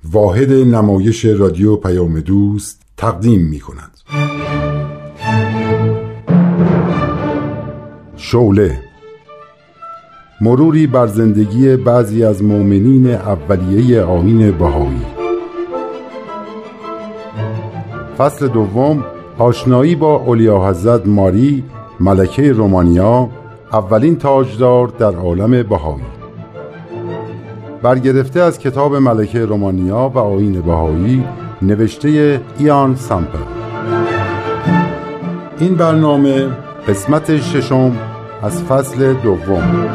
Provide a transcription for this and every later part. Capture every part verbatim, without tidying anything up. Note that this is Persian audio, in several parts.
واحد نمایش رادیو پیام دوست تقدیم می کند. شعله، مروری بر زندگی بعضی از مؤمنین اولیه آیین بهایی. فصل دوم، آشنایی با اولیاءحضرت ماری ملکه رومانیا، اولین تاجدار در عالم بهایی. برگرفته از کتاب ملکه رومانیا و آیین بهایی نوشته ایان سامپل. این برنامه قسمت ششم از فصل دوم.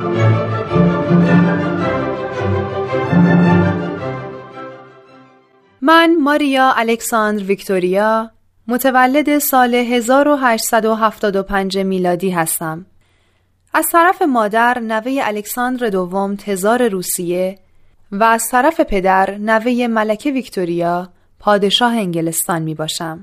من ماریا الکساندر ویکتوریا، متولد سال هزار و هشتصد و هفتاد و پنج میلادی هستم. از طرف مادر نوه الکساندر دوم تزار روسیه و از طرف پدر نوه ملکه ویکتوریا پادشاه انگلستان می باشم.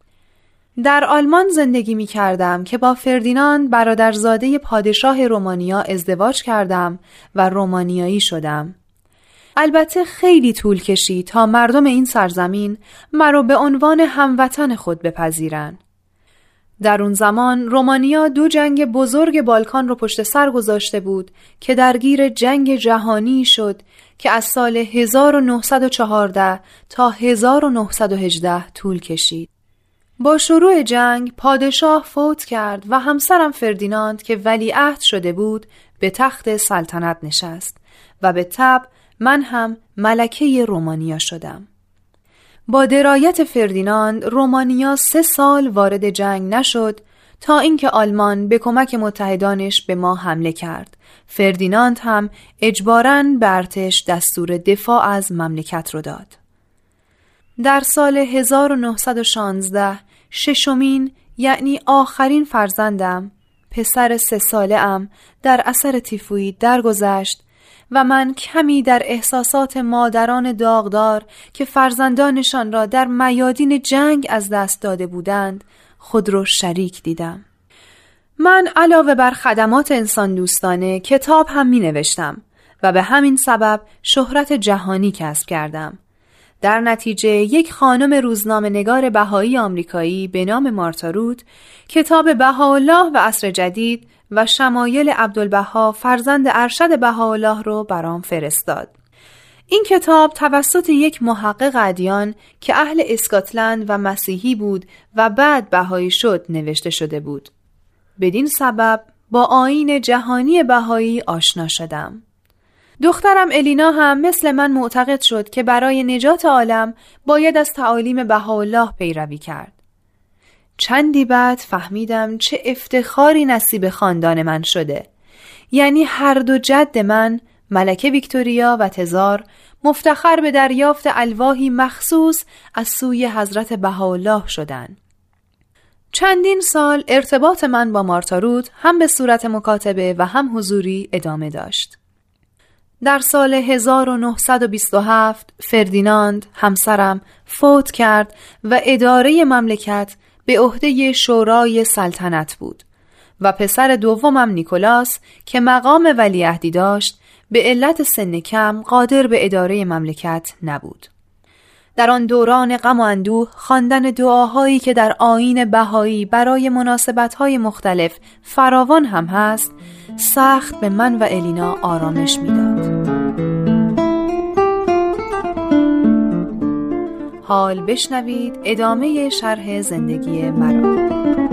در آلمان زندگی می کردم که با فردیناند برادرزاده پادشاه رومانیا ازدواج کردم و رومانیایی شدم. البته خیلی طول کشید تا مردم این سرزمین مرا به عنوان هموطن خود بپذیرند. در اون زمان رومانیا دو جنگ بزرگ بالکان رو پشت سر گذاشته بود که درگیر جنگ جهانی شد که از سال هزار و نهصد و چهارده تا هزار و نهصد و هجده طول کشید. با شروع جنگ پادشاه فوت کرد و همسرم فردیناند که ولیعهد شده بود به تخت سلطنت نشست و به تبع من هم ملکه رومانیا شدم. با درایت فردیناند رومانیا سه سال وارد جنگ نشد تا اینکه آلمان به کمک متحدانش به ما حمله کرد. فردیناند هم اجباراً به ارتش دستور دفاع از مملکت رو داد. در سال هزار و نهصد و شانزده ششمین یعنی آخرین فرزندم، پسر سه ساله ام، در اثر تیفوید درگذشت و من کمی در احساسات مادران داغدار که فرزندانشان را در میادین جنگ از دست داده بودند خود را شریک دیدم. من علاوه بر خدمات انسان دوستانه کتاب هم می نوشتم و به همین سبب شهرت جهانی کسب کردم. در نتیجه یک خانم روزنامه نگار بهایی آمریکایی به نام مارتا روت کتاب بهاءالله و عصر جدید و شمایل عبدالبها فرزند ارشد بهاءالله رو برام فرستاد. این کتاب توسط یک محقق ادیان که اهل اسکاتلند و مسیحی بود و بعد بهایی شد نوشته شده بود. بدین سبب با آیین جهانی بهایی آشنا شدم. دخترم الینا هم مثل من معتقد شد که برای نجات عالم باید از تعالیم بهاءالله پیروی کرد. چندی بعد فهمیدم چه افتخاری نصیب خاندان من شده. یعنی هر دو جد من، ملکه ویکتوریا و تزار، مفتخر به دریافت الواحی مخصوص از سوی حضرت بهاءالله شدند. چندین سال ارتباط من با مارتا روت هم به صورت مکاتبه و هم حضوری ادامه داشت. در سال هزار و نهصد و بیست و هفت فردیناند همسرم فوت کرد و اداره مملکت به عهده شورای سلطنت بود و پسر دومم نیکولاس که مقام ولیعهدی داشت به علت سن کم قادر به اداره مملکت نبود. در آن دوران غم و اندوه خواندن دعاهایی که در آیین بهایی برای مناسبت‌های مختلف فراوان هم هست سخت به من و الینا آرامش میداد. حال بشنوید ادامه شرح زندگی مرا.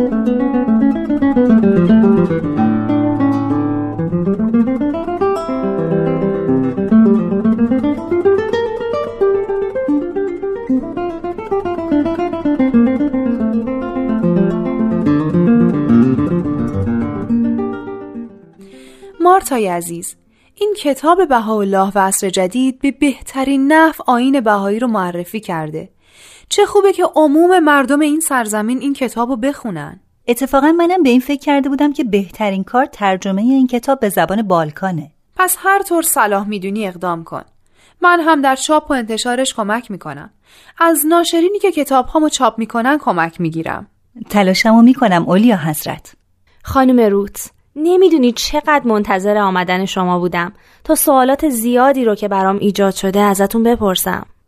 مارتای عزیز، این کتاب بهاءالله و عصر جدید به بهترین نحو آیین بهایی رو معرفی کرده. چه خوبه که عموم مردم این سرزمین این کتابو بخونن. اتفاقا منم به این فکر کرده بودم که بهترین کار ترجمه این کتاب به زبان بالکانه. پس هر طور صلاح میدونی اقدام کن. من هم در چاپ و انتشارش کمک میکنم. از ناشرینی که کتابهامو چاپ میکنن کمک میگیرم. تلاشمو میکنم اولیا حضرت. خانم روت، نمیدونی چقدر منتظر آمدن شما بودم تا سوالات زیادی رو که برام ایجاد شده ازتون بپرسم.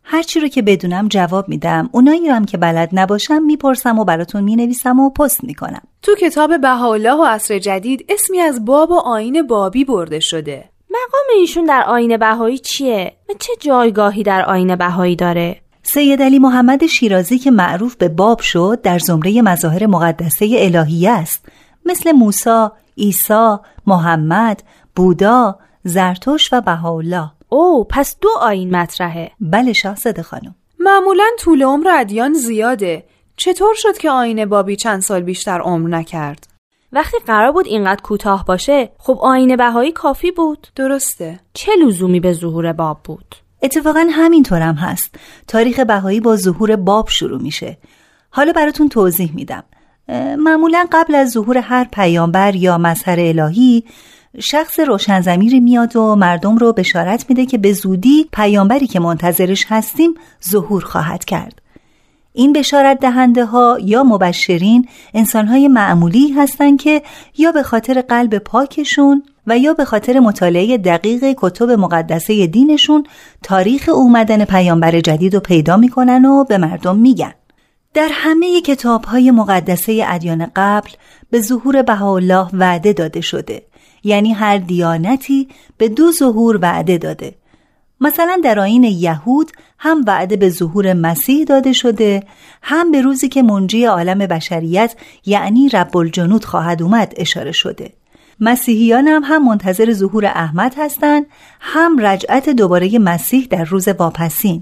هر چی رو که بدونم جواب میدم. اونایی رو هم که بلد نباشم میپرسم و براتون مینویسم و پست میکنم. تو کتاب بهاءالله و عصر جدید اسمی از باب و آیین بابی برده شده. مقام ایشون در آیین بهایی چیه؟ و چه جایگاهی در آیین بهایی داره؟ سید علی محمد شیرازی که معروف به باب شد در زمره مظاهر مقدسه الهیه است، مثل موسی، عیسی، محمد، بودا، زرتشت و بهاءالله. او پس دو آیین مطرحه. بله شاهزاده خانم. معمولاً طول عمر ادیان زیاده. چطور شد که آیین بابی چند سال بیشتر عمر نکرد؟ وقتی قرار بود اینقدر کوتاه باشه، خب آیین بهایی کافی بود. درسته. چه لزومی به ظهور باب بود؟ اتفاقاً همینطورم هست. تاریخ بهایی با ظهور باب شروع میشه. حالا براتون توضیح میدم. معمولاً قبل از ظهور هر پیامبر یا مظهر الهی، شخص روشنضمیری میاد و مردم رو بشارت میده که به زودی پیامبری که منتظرش هستیم ظهور خواهد کرد. این بشارت دهنده ها یا مبشرین انسانهای معمولی هستن که یا به خاطر قلب پاکشون و یا به خاطر مطالعه دقیق کتب مقدسه دینشون تاریخ اومدن پیامبر جدید رو پیدا میکنن و به مردم میگن. در همه کتابهای مقدسه ادیان قبل به ظهور بهاءالله وعده داده شده. یعنی هر دیانتی به دو ظهور وعده داده. مثلا در آیین یهود هم وعده به ظهور مسیح داده شده، هم به روزی که منجی عالم بشریت یعنی رب الجنود خواهد اومد اشاره شده. مسیحیان هم هم منتظر ظهور احمد هستند، هم رجعت دوباره مسیح در روز واپسین.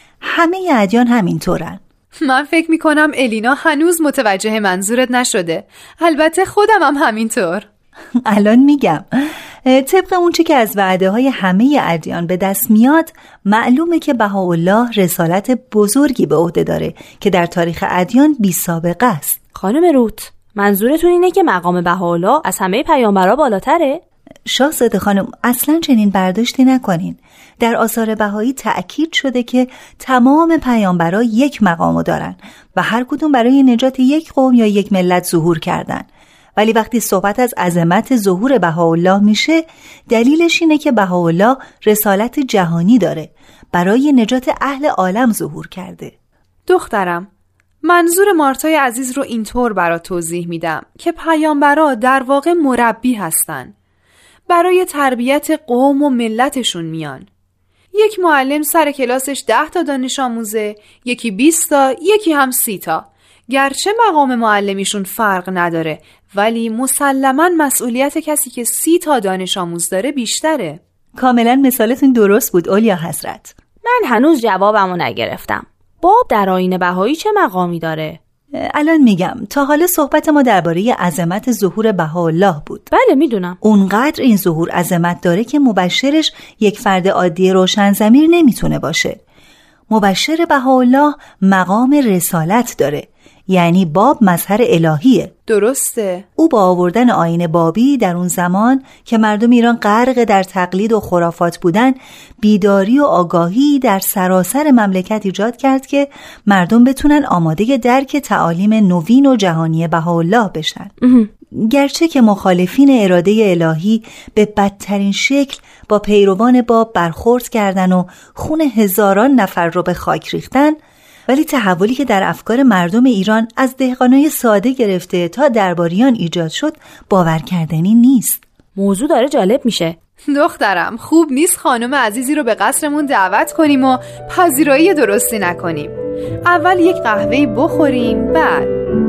همه ادیان همینطورن. من فکر میکنم الینا هنوز متوجه منظورت نشده. البته خودم هم همینطور. الان میگم. طبق اون چه که از وعده های همه ادیان به دست میاد، معلومه که بهاءالله رسالت بزرگی به عهده داره که در تاریخ ادیان بی سابقه است. خانم روت، منظورتون اینه که مقام بهاءالله از همه پیامبرا بالاتره؟ شاهزاده خانم، اصلا چنین برداشتی نکنین. در آثار بهایی تأکید شده که تمام پیامبرا یک مقامو دارن و هر کدوم برای نجات یک قوم یا یک ملت ظهور کردن. ولی وقتی صحبت از عظمت ظهور بهاءالله میشه، دلیلش اینه که بهاءالله رسالت جهانی داره، برای نجات اهل عالم ظهور کرده. دخترم، منظور مارتای عزیز رو اینطور برات توضیح میدم که پیامبرا در واقع مربی هستن. برای تربیت قوم و ملتشون میان. یک معلم سر کلاسش ده تا دانش آموزه، یکی بیست تا، یکی هم سی تا. گرچه مقام معلمیشون فرق نداره، ولی مسلماً مسئولیت کسی که سی تا دانش آموز داره بیشتره. کاملا مثالتون درست بود اولیا حضرت. من هنوز جوابمو نگرفتم. باب در آیین بهایی چه مقامی داره؟ الان میگم. تا حالا صحبت ما درباره عظمت ظهور بهاءالله بود. بله میدونم. اونقدر این ظهور عظمت داره که مبشرش یک فرد عادی روشنضمیر نمیتونه باشه. مبشر بهاءالله مقام رسالت داره، یعنی باب مظهر الهیه. درسته. او با آوردن آیین بابی در اون زمان که مردم ایران غرق در تقلید و خرافات بودن، بیداری و آگاهی در سراسر مملکت ایجاد کرد که مردم بتونن آماده درک تعالیم نوین و جهانی بهاءالله بشن. گرچه که مخالفین اراده الهی به بدترین شکل با پیروان باب برخورد کردن و خون هزاران نفر رو به خاک ریختن، ولی تحولی که در افکار مردم ایران از دهقانای ساده گرفته تا درباریان ایجاد شد باور کردنی نیست. موضوع داره جالب میشه. دخترم، خوب نیست خانم عزیزی رو به قصرمون دعوت کنیم و پذیرایی درستی نکنیم. اول یک قهوه بخوریم، بعد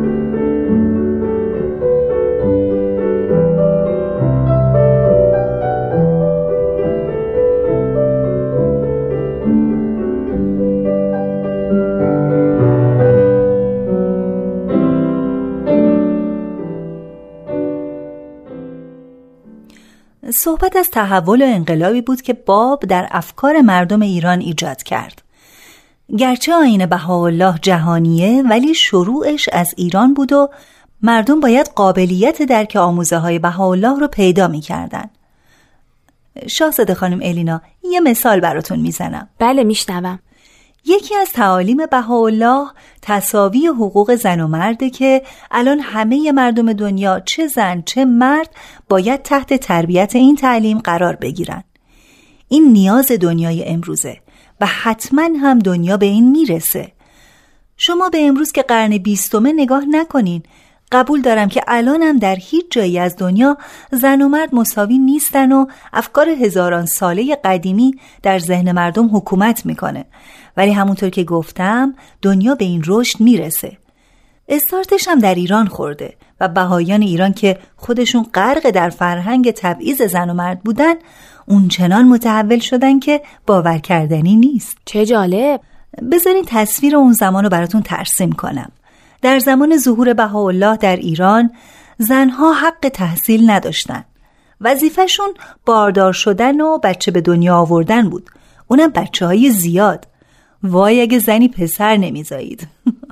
صحبت از تحول و انقلابی بود که باب در افکار مردم ایران ایجاد کرد. گرچه آیین بهاءالله جهانیه، ولی شروعش از ایران بود و مردم باید قابلیت درک آموزه های بهاءالله رو پیدا می کردن. شاهزاده خانم الینا، یه مثال براتون میزنم. بله میشنوم. یکی از تعالیم بهاءالله تساوی حقوق زن و مرده که الان همه مردم دنیا چه زن چه مرد باید تحت تربیت این تعلیم قرار بگیرن. این نیاز دنیای امروزه و حتما هم دنیا به این میرسه. شما به امروز که قرن بیستمه نگاه نکنین. قبول دارم که الانم در هیچ جایی از دنیا زن و مرد مساوی نیستن و افکار هزاران ساله قدیمی در ذهن مردم حکومت میکنه، ولی همونطور که گفتم دنیا به این رشد میرسه. استارتش هم در ایران خورده و بهائیان ایران که خودشون غرق در فرهنگ تبعیض زن و مرد بودن اون چنان متحول شدن که باور کردنی نیست. چه جالب. بذارین تصویر اون زمان رو براتون ترسیم کنم. در زمان ظهور بهاءالله در ایران زنها حق تحصیل نداشتن. وظیفه‌شون باردار شدن و بچه به دنیا آوردن بود، اونم بچه های زیاد. وای اگه زنی پسر نمیزایید.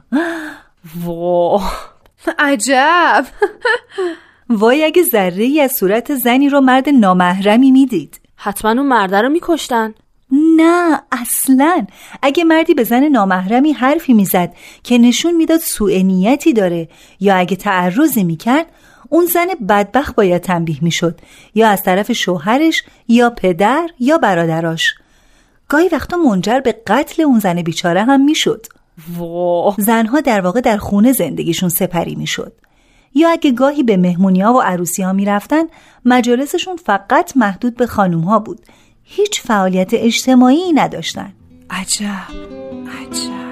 واه عجب. وای اگه ذره‌ای از صورت زنی رو مرد نامحرمی میدید. حتما اون مرده رو میکشتن. نه اصلاً. اگه مردی به زن نامحرمی حرفی میزد که نشون میداد سوء نیتی داره یا اگه تعرضی میکرد، اون زن بدبخت باید تنبیه میشد، یا از طرف شوهرش یا پدر یا برادراش. گاهی وقتا منجر به قتل اون زن بیچاره هم میشد. واه. زنها در واقع در خونه زندگیشون سپری میشد، یا اگه گاهی به مهمونی‌ها و عروسی‌ها میرفتن مجالسشون فقط محدود به خانوم‌ها بود، هیچ فعالیت اجتماعی نداشتن. عجب عجب.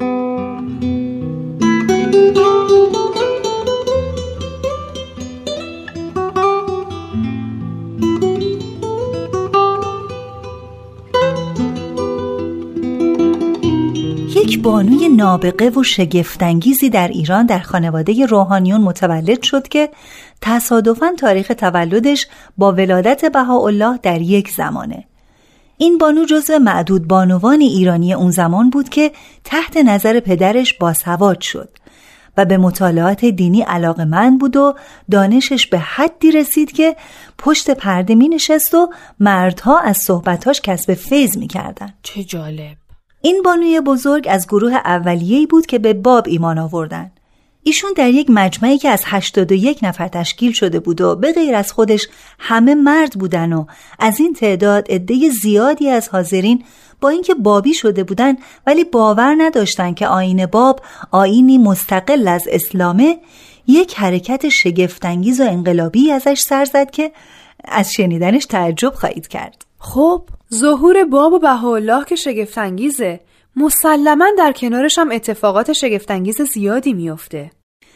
یک بانوی نابغه و شگفت‌انگیزی در ایران در خانواده روحانیون متولد شد که تصادفاً تاریخ تولدش با ولادت بهاءالله در یک زمانه. این بانو جزو معدود بانوان ایرانی اون زمان بود که تحت نظر پدرش باسواد شد و به مطالعات دینی علاقه‌مند بود و دانشش به حدی رسید که پشت پرده می نشست و مردها از صحبتاش کسب فیض می کردن. چه جالب. این بانوی بزرگ از گروه اولیه‌ای بود که به باب ایمان آوردن. ایشون در یک مجمعی که از هشتاد و یک نفر تشکیل شده بود و به غیر از خودش همه مرد بودن و از این تعداد عده زیادی از حاضرین با اینکه بابی شده بودن ولی باور نداشتن که آیین باب آیینی مستقل از اسلامه، یک حرکت شگفت‌انگیز و انقلابی ازش سر زد که از شنیدنش تعجب خواهید کرد. خب ظهور باب و بهاءالله که شگفت‌انگیزه، مسلماً در کنارش هم اتفاقات شگفت‌انگیز زیادی میفته.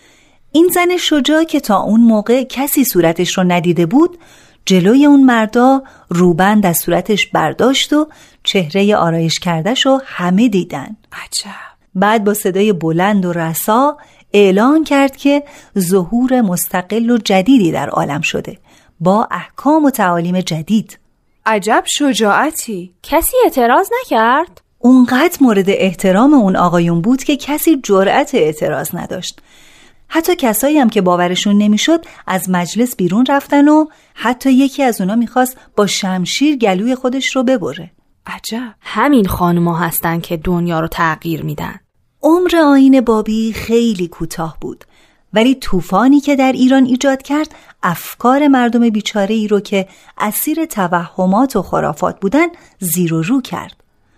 این زن شجاع که تا اون موقع کسی صورتش رو ندیده بود، جلوی اون مردا روبند از صورتش برداشت و چهره آرایش کردش رو همه دیدن. عجب. بعد با صدای بلند و رسا اعلان کرد که ظهور مستقل و جدیدی در عالم شده با احکام و تعالیم جدید. عجب شجاعتی. کسی اعتراض نکرد؟ اونقدر مورد احترام اون آقایون بود که کسی جرأت اعتراض نداشت. حتی کسایی هم که باورشون نمیشد از مجلس بیرون رفتن و حتی یکی از اونا میخواست با شمشیر گلوی خودش رو ببره. عجب. همین خانوما هستن که دنیا رو تغییر میدن. عمر آیین بابی خیلی کوتاه بود، ولی طوفانی که در ایران ایجاد کرد افکار مردم بیچاره ای رو که اسیر توهمات و خرافات بودن زیر و رو کرد.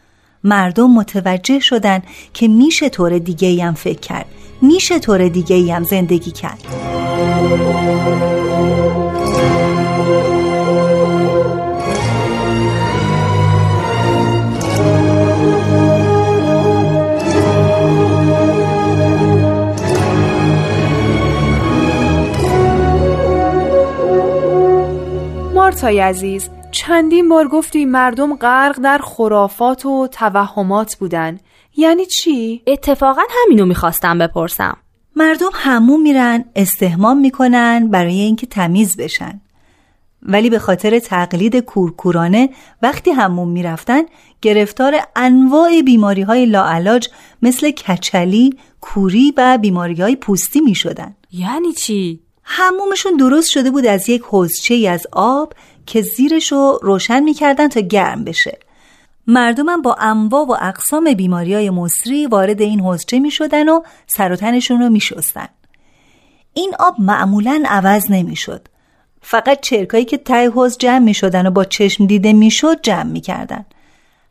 مردم متوجه شدن که میشه طور دیگه‌ای هم فکر کرد، میشه طور دیگه‌ای هم زندگی کرد. مارتای عزیز، چندین بار گفتی مردم غرق در خرافات و توهمات بودن. یعنی چی؟ اتفاقا همینو میخواستم بپرسم. مردم حموم میرن، استحمام میکنن برای اینکه تمیز بشن، ولی به خاطر تقلید کورکورانه وقتی حموم میرفتن گرفتار انواع بیماری های لاعلاج مثل کچلی، کوری و بیماری های پوستی میشدن. یعنی چی؟ حمومشون درست شده بود از یک حوضچه‌ای از آب که زیرشو روشن میکردن تا گرم بشه. مردمم با انواع و اقسام بیماری‌های مصری وارد این حوضچه میشدن و سر و تنشون رو میشستن. این آب معمولاً عوض نمیشد. فقط چرکایی که ته حوض جمع میشدن و با چشم دیده میشد جمع میکردن.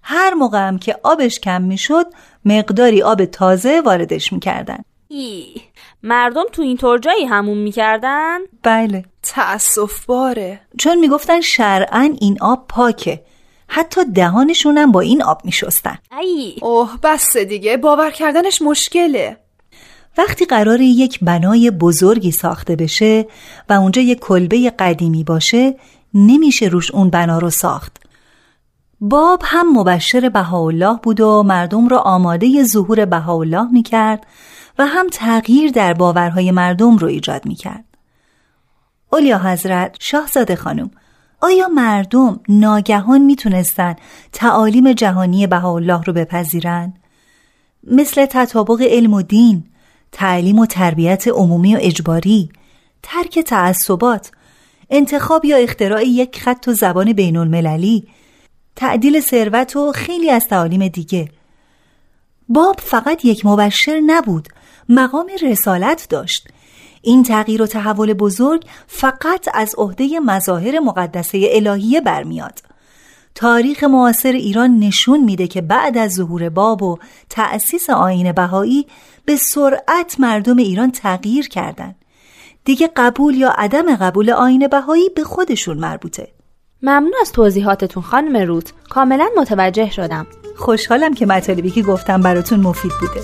هر موقع هم که آبش کم میشد مقداری آب تازه واردش میکردن. ای، مردم تو این طور جایی هموم میکردن؟ بله. تأسف باره. چون میگفتن شرعاً این آب پاکه. حتی دهانشون هم با این آب میشستن. ای، اوه بس دیگه، باور کردنش مشکله. وقتی قراره یک بنای بزرگی ساخته بشه و اونجا یک کلبه قدیمی باشه، نمیشه روش اون بنا رو ساخت. باب هم مبشر بهاءالله بود و مردم رو آماده ظهور بهاءالله میکرد و هم تغییر در باورهای مردم رو ایجاد میکرد. اولیا حضرت، شاهزاده خانم، آیا مردم ناگهان میتونستن تعالیم جهانی بهاءالله رو بپذیرن؟ مثل تطابق علم و دین، تعلیم و تربیت عمومی و اجباری، ترک تعصبات، انتخاب یا اختراع یک خط و زبان بین المللی، تعدیل ثروت و خیلی از تعالیم دیگه. باب فقط یک مبشر نبود، مقام رسالت داشت. این تغییر و تحول بزرگ فقط از عهده مظاهر مقدسه الهیه برمیاد. تاریخ معاصر ایران نشون میده که بعد از ظهور باب و تأسیس آیین بهایی به سرعت مردم ایران تغییر کردن. دیگه قبول یا عدم قبول آیین بهایی به خودشون مربوطه. ممنون از توضیحاتتون خانم روت، کاملا متوجه شدم. خوشحالم که مطالبی که گفتم براتون مفید بوده.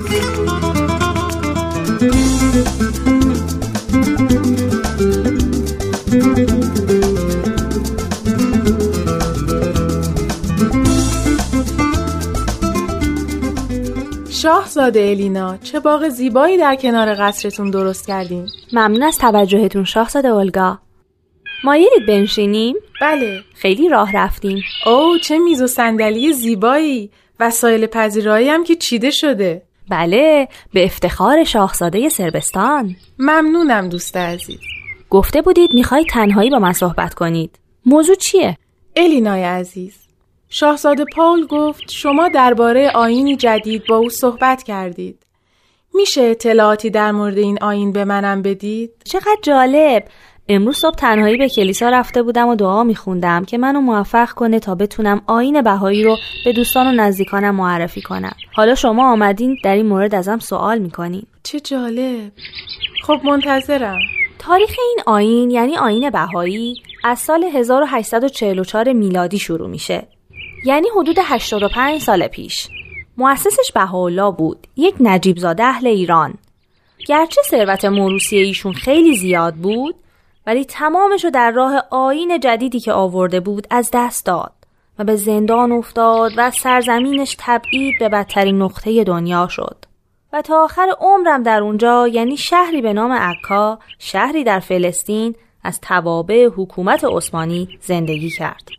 شاهزاده الینا، چه باغ زیبایی در کنار قصرتون درست کردین. ممنون از توجهتون شاهزاده اولگا. مایلید بنشینیم؟ بله. خیلی راه رفتیم. اوه چه میز و صندلی زیبایی، وسایل پذیرایی هم که چیده شده. بله، به افتخار شاهزاده سربستان. ممنونم دوست عزیز. گفته بودید میخواید تنهایی با من صحبت کنید. موضوع چیه؟ الینای عزیز، شاهزاده پاول گفت شما درباره آیینی جدید با او صحبت کردید. میشه اطلاعاتی در مورد این آیین به منم بدید؟ چقدر جالب. امروز صبح تنهایی به کلیسا رفته بودم و دعا میخوندم که منو موفق کنه تا بتونم آیین بهایی رو به دوستان و نزدیکانم معرفی کنم. حالا شما آمدین در این مورد ازم سوال میکنین. چه جالب. خب منتظرم. تاریخ این آیین یعنی آیین بهایی از سال هزار و هشتصد و چهل و چهار میلادی شروع میشه. یعنی حدود هشتاد و پنج سال پیش. مؤسسش بهاءالله بود، یک نجیب زاده اهل ایران. گرچه ثروت موروثی ایشون خیلی زیاد بود، ولی تمامشو در راه آیین جدیدی که آورده بود از دست داد و به زندان افتاد و سرزمینش تبعید به بدترین نقطه دنیا شد و تا آخر عمرم در اونجا، یعنی شهری به نام عکا، شهری در فلسطین، از توابع حکومت عثمانی زندگی کرد.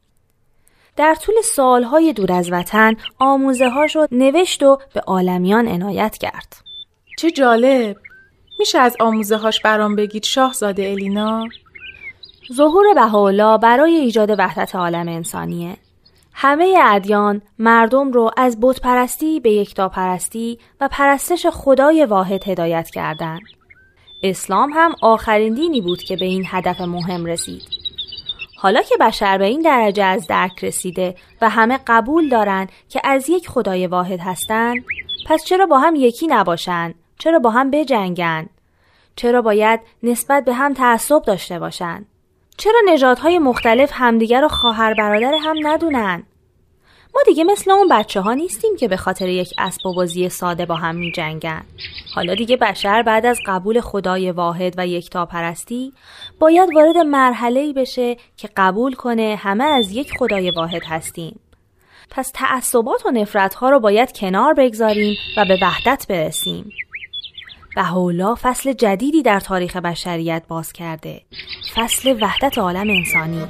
در طول سالهای دور از وطن آموزه ها شد نوشت و به عالمیان عنایت کرد. چه جالب. میشه از آموزه هاش برام بگید شاهزاده الینا؟ ظهور بهاءالله برای ایجاد وحدت عالم انسانیه. همه ادیان مردم رو از بت پرستی به یکتاپرستی و پرستش خدای واحد هدایت کردند. اسلام هم آخرین دینی بود که به این هدف مهم رسید. حالا که بشر به این درجه از درک رسیده و همه قبول دارن که از یک خدای واحد هستن، پس چرا با هم یکی نباشن؟ چرا با هم بجنگن؟ چرا باید نسبت به هم تعصب داشته باشن؟ چرا نژادهای مختلف همدیگر رو خواهر برادر هم ندونن؟ ما دیگه مثل اون بچه ها نیستیم که به خاطر یک اسباب بازی ساده با هم می جنگن. حالا دیگه بشر بعد از قبول خدای واحد و یکتاپرستی باید وارد مرحله‌ای بشه که قبول کنه همه از یک خدای واحد هستیم. پس تعصبات و نفرت‌ها رو باید کنار بگذاریم و به وحدت برسیم. بهاءالله فصل جدیدی در تاریخ بشریت باز کرده، فصل وحدت عالم انسانی.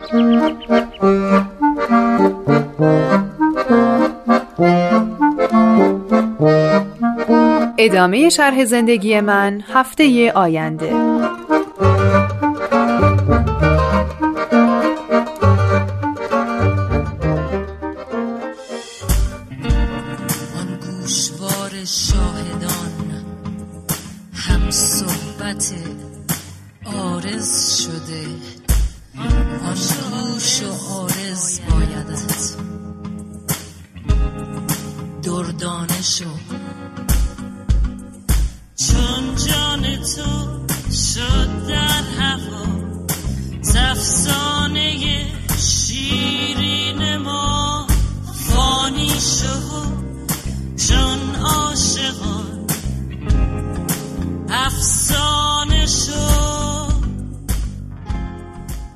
ادامه شرح زندگی من هفته آینده. آن گوشوار شاهدان هم صحبت عارض شده، آن گوش و عارض بایدت دانشو، چون جان تو شد در هوا افسانه شیرین ما، فانی شد چون عاشقان افسانه